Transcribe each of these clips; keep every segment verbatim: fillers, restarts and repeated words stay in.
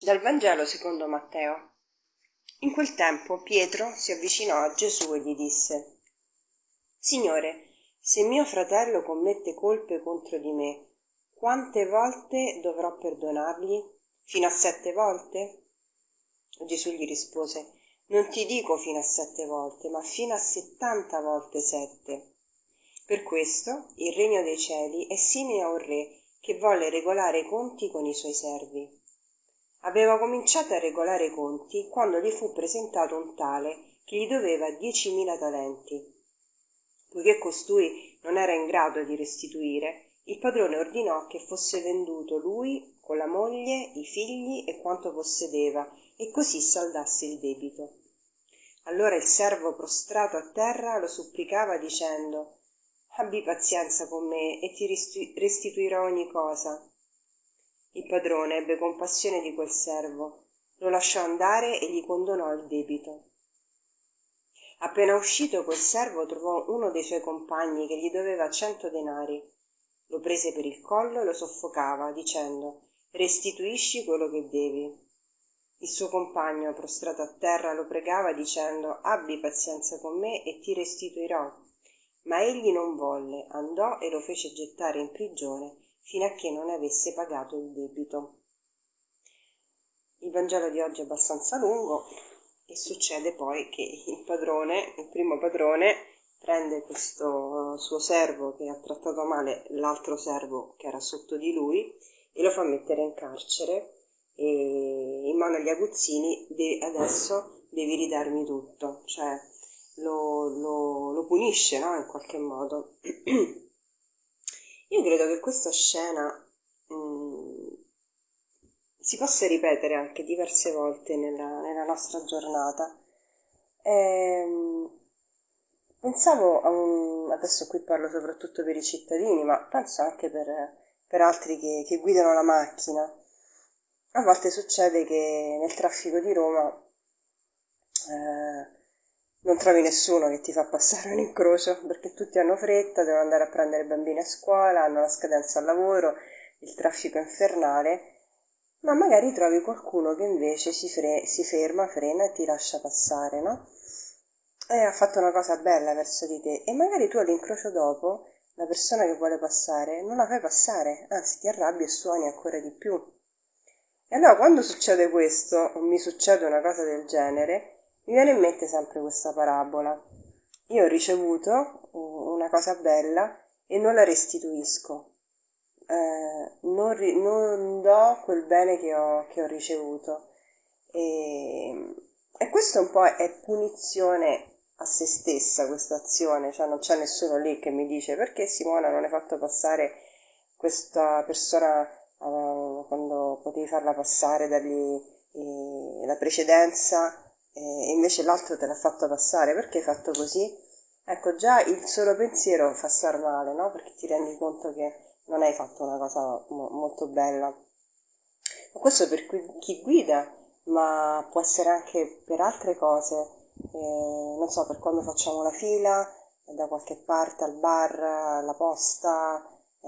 Dal Vangelo secondo Matteo. In quel tempo Pietro si avvicinò a Gesù e gli disse: Signore, se mio fratello commette colpe contro di me, quante volte dovrò perdonargli? Fino a sette volte? Gesù gli rispose: Non ti dico fino a sette volte, ma fino a settanta volte sette. Per questo il regno dei cieli è simile a un re che volle regolare i conti con i suoi servi. Aveva cominciato a regolare i conti quando gli fu presentato un tale che gli doveva diecimila talenti. Poiché costui non era in grado di restituire, il padrone ordinò che fosse venduto lui con la moglie, i figli e quanto possedeva, e così saldasse il debito. Allora il servo, prostrato a terra, lo supplicava dicendo: Abbi pazienza con me e ti restituirò ogni cosa. Il padrone ebbe compassione di quel servo, lo lasciò andare e gli condonò il debito. Appena uscito, quel servo trovò uno dei suoi compagni che gli doveva cento denari. Lo prese per il collo e lo soffocava, dicendo: Restituisci quello che devi. Il suo compagno, prostrato a terra, lo pregava dicendo: Abbi pazienza con me e ti restituirò. Ma egli non volle, andò e lo fece gettare in prigione fino a che non avesse pagato il debito. Il Vangelo di oggi è abbastanza lungo e succede poi che il padrone, il primo padrone, prende questo suo servo che ha trattato male l'altro servo che era sotto di lui e lo fa mettere in carcere e in mano agli aguzzini: de- adesso devi ridarmi tutto, cioè lo, lo, lo punisce, no? In qualche modo. Io credo che questa scena mh, si possa ripetere anche diverse volte nella, nella nostra giornata. E, pensavo a un, adesso qui parlo soprattutto per i cittadini, ma penso anche per, per altri che, che guidano la macchina. A volte succede che nel traffico di Roma eh, non trovi nessuno che ti fa passare un incrocio, perché tutti hanno fretta, devono andare a prendere i bambini a scuola, hanno la scadenza al lavoro, il traffico è infernale, ma magari trovi qualcuno che invece si, fre- si ferma, frena e ti lascia passare, no? E ha fatto una cosa bella verso di te, e magari tu all'incrocio dopo, la persona che vuole passare, non la fai passare, anzi ti arrabbi e suoni ancora di più. E allora quando succede questo, o mi succede una cosa del genere, mi viene in mente sempre questa parabola. Io ho ricevuto una cosa bella e non la restituisco, eh, non, ri- non do quel bene che ho, che ho ricevuto. E, e questo un po' è punizione a se stessa, questa azione, cioè non c'è nessuno lì che mi dice: perché Simona non hai fatto passare questa persona uh, quando potevi farla passare, dargli eh, la precedenza, eh, e invece l'altro te l'ha fatto passare, perché hai fatto così? Ecco, già il solo pensiero fa star male, no? Perché ti rendi conto che non hai fatto una cosa mo- molto bella. Ma questo per cui- chi guida, ma può essere anche per altre cose. Eh, non so, per quando facciamo la fila da qualche parte, al bar, alla posta, eh,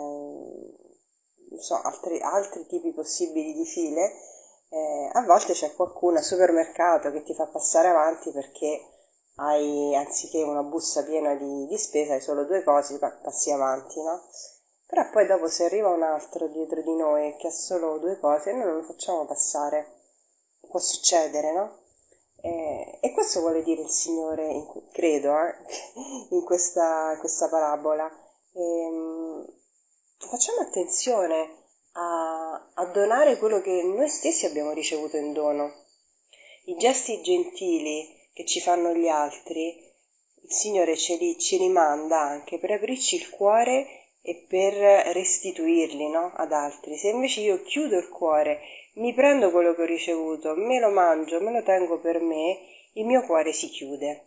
non so, altri, altri tipi possibili di file. Eh, a volte c'è qualcuno al supermercato che ti fa passare avanti perché hai, anziché una busta piena di, di spesa, hai solo due cose, pa- passi avanti, no? Però poi dopo se arriva un altro dietro di noi che ha solo due cose, noi non lo facciamo passare. Può succedere, no? E, e questo vuole dire il Signore, in, credo, eh, in questa, questa parabola. Ehm, facciamo attenzione a, a donare quello che noi stessi abbiamo ricevuto in dono. I gesti gentili che ci fanno gli altri, il Signore ce li, ce li manda anche per aprirci il cuore e per restituirli, no, ad altri. Se invece io chiudo il cuore, mi prendo quello che ho ricevuto, me lo mangio, me lo tengo per me, il mio cuore si chiude.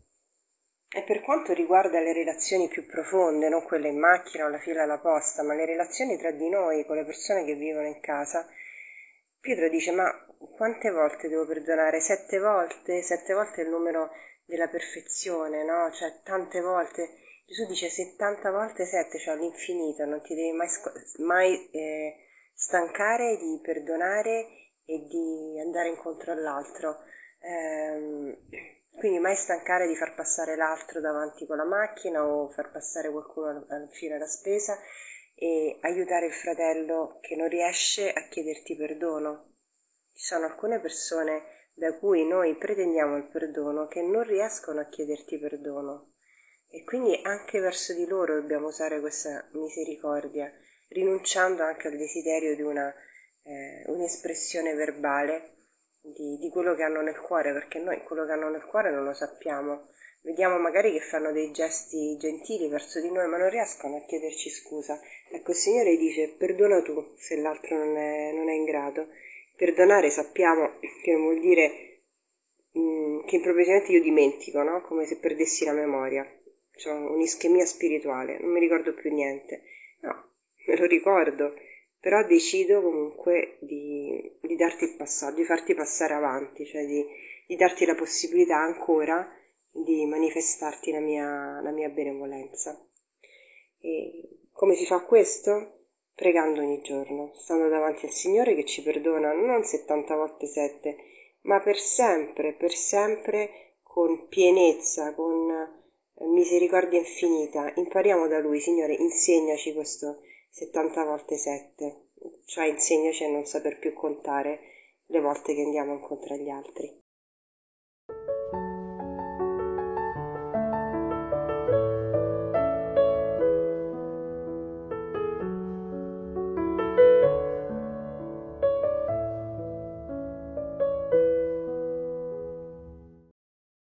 E per quanto riguarda le relazioni più profonde, non quelle in macchina o la fila alla posta, ma le relazioni tra di noi, con le persone che vivono in casa, Pietro dice: ma quante volte devo perdonare? Sette volte? Sette volte è il numero della perfezione, no? Cioè tante volte. Gesù dice settanta volte sette, cioè all'infinito, non ti devi mai, sc- mai eh, stancare di perdonare e di andare incontro all'altro. Ehm, quindi mai stancare di far passare l'altro davanti con la macchina o far passare qualcuno al, al fine la spesa e aiutare il fratello che non riesce a chiederti perdono. Ci sono alcune persone da cui noi pretendiamo il perdono che non riescono a chiederti perdono e quindi anche verso di loro dobbiamo usare questa misericordia, rinunciando anche al desiderio di una, eh, un'espressione verbale di, di quello che hanno nel cuore, perché noi quello che hanno nel cuore non lo sappiamo. Vediamo magari che fanno dei gesti gentili verso di noi, ma non riescono a chiederci scusa. Ecco, il Signore dice: perdona tu se l'altro non è, non è in grado. Perdonare sappiamo che non vuol dire mh, che improvvisamente io dimentico, no? Come se perdessi la memoria. C'ho un'ischemia spirituale, non mi ricordo più niente. No, me lo ricordo, però decido comunque di, di darti il passaggio, di farti passare avanti, cioè di, di darti la possibilità ancora di manifestarti la mia, la mia benevolenza. E come si fa questo? Pregando ogni giorno, stando davanti al Signore che ci perdona non settanta volte sette, ma per sempre, per sempre con pienezza, con eh, misericordia infinita. Impariamo da Lui: Signore, insegnaci questo settanta volte sette, cioè insegnaci a non saper più contare le volte che andiamo incontro agli altri.